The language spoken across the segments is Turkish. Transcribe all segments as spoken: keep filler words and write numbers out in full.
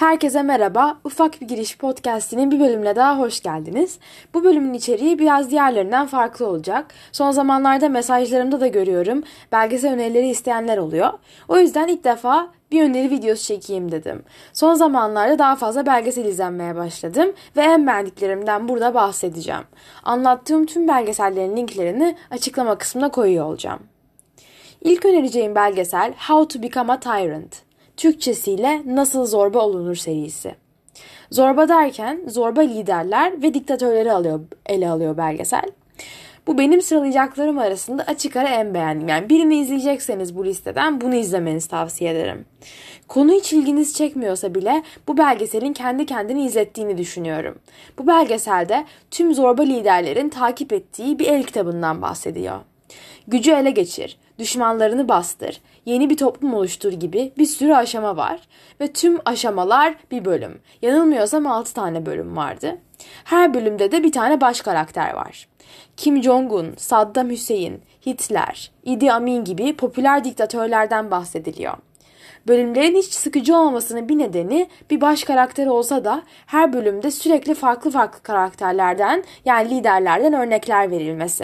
Herkese merhaba. Ufak bir giriş podcast'inin bir bölümüne daha hoş geldiniz. Bu bölümün içeriği biraz diğerlerinden farklı olacak. Son zamanlarda mesajlarımda da görüyorum. Belgesel önerileri isteyenler oluyor. O yüzden ilk defa bir öneri videosu çekeyim dedim. Son zamanlarda daha fazla belgesel izlenmeye başladım ve en beğendiklerimden burada bahsedeceğim. Anlattığım tüm belgesellerin linklerini açıklama kısmına koyuyor olacağım. İlk önereceğim belgesel How to Become a Tyrant. Türkçesiyle Nasıl Zorba Olunur serisi. Zorba derken zorba liderler ve diktatörleri alıyor, ele alıyor belgesel. Bu benim sıralayacaklarım arasında açık ara en beğendiğim. Yani birini izleyecekseniz bu listeden bunu izlemenizi tavsiye ederim. Konu hiç ilginizi çekmiyorsa bile bu belgeselin kendi kendini izlettiğini düşünüyorum. Bu belgeselde tüm zorba liderlerin takip ettiği bir el kitabından bahsediyor. Gücü ele geçir, düşmanlarını bastır, yeni bir toplum oluştur gibi bir sürü aşama var. Ve tüm aşamalar bir bölüm. Yanılmıyorsam altı tane bölüm vardı. Her bölümde de bir tane baş karakter var. Kim Jong-un, Saddam Hüseyin, Hitler, Idi Amin gibi popüler diktatörlerden bahsediliyor. Bölümlerin hiç sıkıcı olmamasının bir nedeni bir baş karakter olsa da her bölümde sürekli farklı farklı karakterlerden yani liderlerden örnekler verilmesi.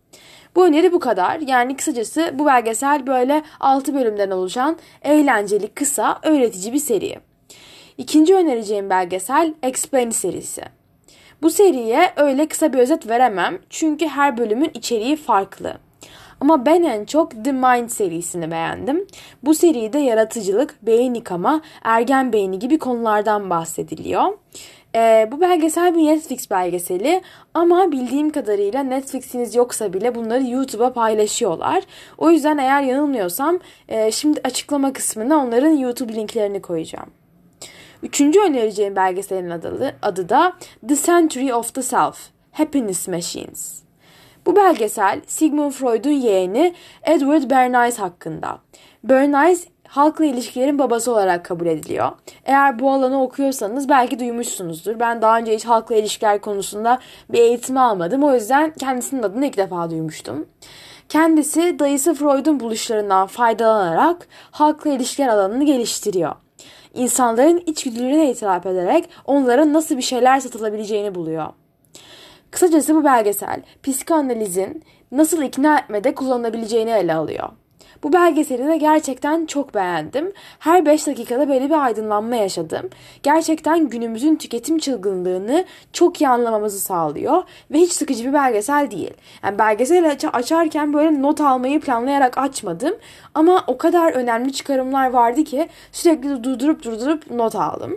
Bu öneri bu kadar. Yani kısacası bu belgesel böyle altı bölümden oluşan eğlenceli, kısa, öğretici bir seri. İkinci önereceğim belgesel Explained serisi. Bu seriye öyle kısa bir özet veremem çünkü her bölümün içeriği farklı. Ama ben en çok The Mind serisini beğendim. Bu seride yaratıcılık, beyin yıkama, ergen beyni gibi konulardan bahsediliyor. Ee, bu belgesel bir Netflix belgeseli ama bildiğim kadarıyla Netflix'iniz yoksa bile bunları YouTube'a paylaşıyorlar. O yüzden eğer yanılmıyorsam e, şimdi açıklama kısmına onların YouTube linklerini koyacağım. Üçüncü önereceğim belgeselin adı, adı da The Century of the Self, Happiness Machines. Bu belgesel Sigmund Freud'un yeğeni Edward Bernays hakkında. Bernays halkla ilişkilerin babası olarak kabul ediliyor. Eğer bu alanı okuyorsanız belki duymuşsunuzdur. Ben daha önce hiç halkla ilişkiler konusunda bir eğitim almadım. O yüzden kendisinin adını ilk defa duymuştum. Kendisi dayısı Freud'un buluşlarından faydalanarak halkla ilişkiler alanını geliştiriyor. İnsanların içgüdülerine itiraf ederek onlara nasıl bir şeyler satılabileceğini buluyor. Kısacası bu belgesel psikanalizin nasıl ikna etmede kullanılabileceğini ele alıyor. Bu belgeseli de gerçekten çok beğendim. Her beş dakikada böyle bir aydınlanma yaşadım. Gerçekten günümüzün tüketim çılgınlığını çok iyi anlamamızı sağlıyor. Ve hiç sıkıcı bir belgesel değil. Yani belgeseli aç- açarken böyle not almayı planlayarak açmadım. Ama o kadar önemli çıkarımlar vardı ki sürekli durdurup durdurup not aldım.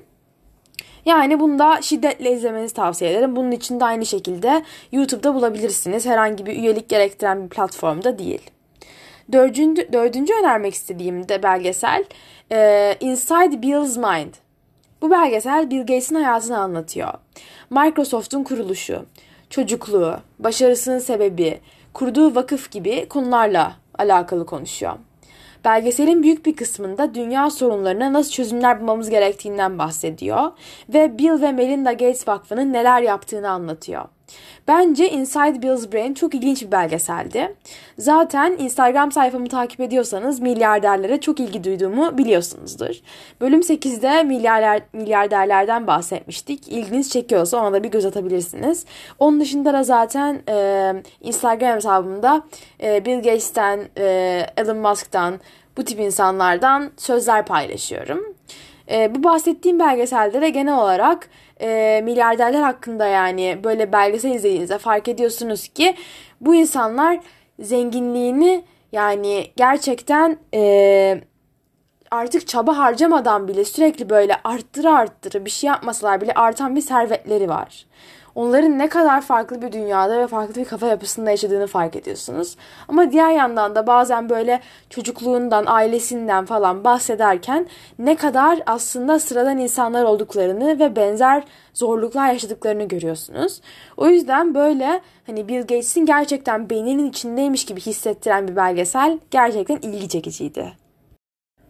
Yani bunu da şiddetle izlemenizi tavsiye ederim. Bunun için de aynı şekilde YouTube'da bulabilirsiniz. Herhangi bir üyelik gerektiren bir platformda değil. Dördüncü, dördüncü önermek istediğim de belgesel e, Inside Bill's Mind. Bu belgesel Bill Gates'in hayatını anlatıyor. Microsoft'un kuruluşu, çocukluğu, başarısının sebebi, kurduğu vakıf gibi konularla alakalı konuşuyor. Belgeselin büyük bir kısmında dünya sorunlarına nasıl çözümler bulmamız gerektiğinden bahsediyor ve Bill ve Melinda Gates Vakfı'nın neler yaptığını anlatıyor. Bence Inside Bill's Brain çok ilginç bir belgeseldi. Zaten Instagram sayfamı takip ediyorsanız milyarderlere çok ilgi duyduğumu biliyorsunuzdur. Bölüm sekizde milyarder, milyarderlerden bahsetmiştik. İlginiz çekiyorsa ona da bir göz atabilirsiniz. Onun dışında da zaten e, Instagram hesabımda e, Bill Gates'ten, e, Elon Musk'tan, bu tip insanlardan sözler paylaşıyorum. E, bu bahsettiğim belgeselde de genel olarak e, milyarderler hakkında yani böyle belgesel izlediğinizde fark ediyorsunuz ki bu insanlar zenginliğini yani gerçekten e, artık çaba harcamadan bile sürekli böyle arttıra arttıra bir şey yapmasalar bile artan bir servetleri var. Onların ne kadar farklı bir dünyada ve farklı bir kafa yapısında yaşadığını fark ediyorsunuz. Ama diğer yandan da bazen böyle çocukluğundan, ailesinden falan bahsederken ne kadar aslında sıradan insanlar olduklarını ve benzer zorluklar yaşadıklarını görüyorsunuz. O yüzden böyle hani Bill Gates'in gerçekten beyninin içindeymiş gibi hissettiren bir belgesel gerçekten ilgi çekiciydi.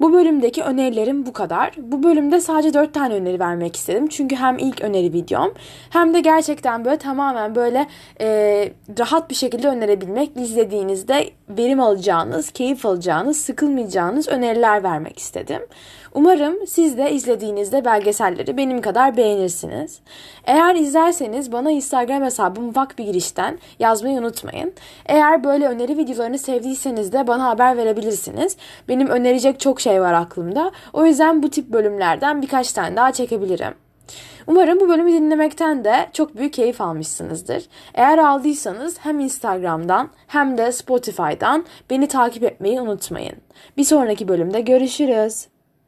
Bu bölümdeki önerilerim bu kadar. Bu bölümde sadece dört tane öneri vermek istedim. Çünkü hem ilk öneri videom hem de gerçekten böyle tamamen böyle e, rahat bir şekilde önerebilmek, izlediğinizde verim alacağınız, keyif alacağınız, sıkılmayacağınız öneriler vermek istedim. Umarım siz de izlediğinizde belgeselleri benim kadar beğenirsiniz. Eğer izlerseniz bana Instagram hesabım Vak Bir Giriş'ten yazmayı unutmayın. Eğer böyle öneri videolarını sevdiyseniz de bana haber verebilirsiniz. Benim önerecek çok şey var aklımda. O yüzden bu tip bölümlerden birkaç tane daha çekebilirim. Umarım bu bölümü dinlemekten de çok büyük keyif almışsınızdır. Eğer aldıysanız hem Instagram'dan hem de Spotify'dan beni takip etmeyi unutmayın. Bir sonraki bölümde görüşürüz.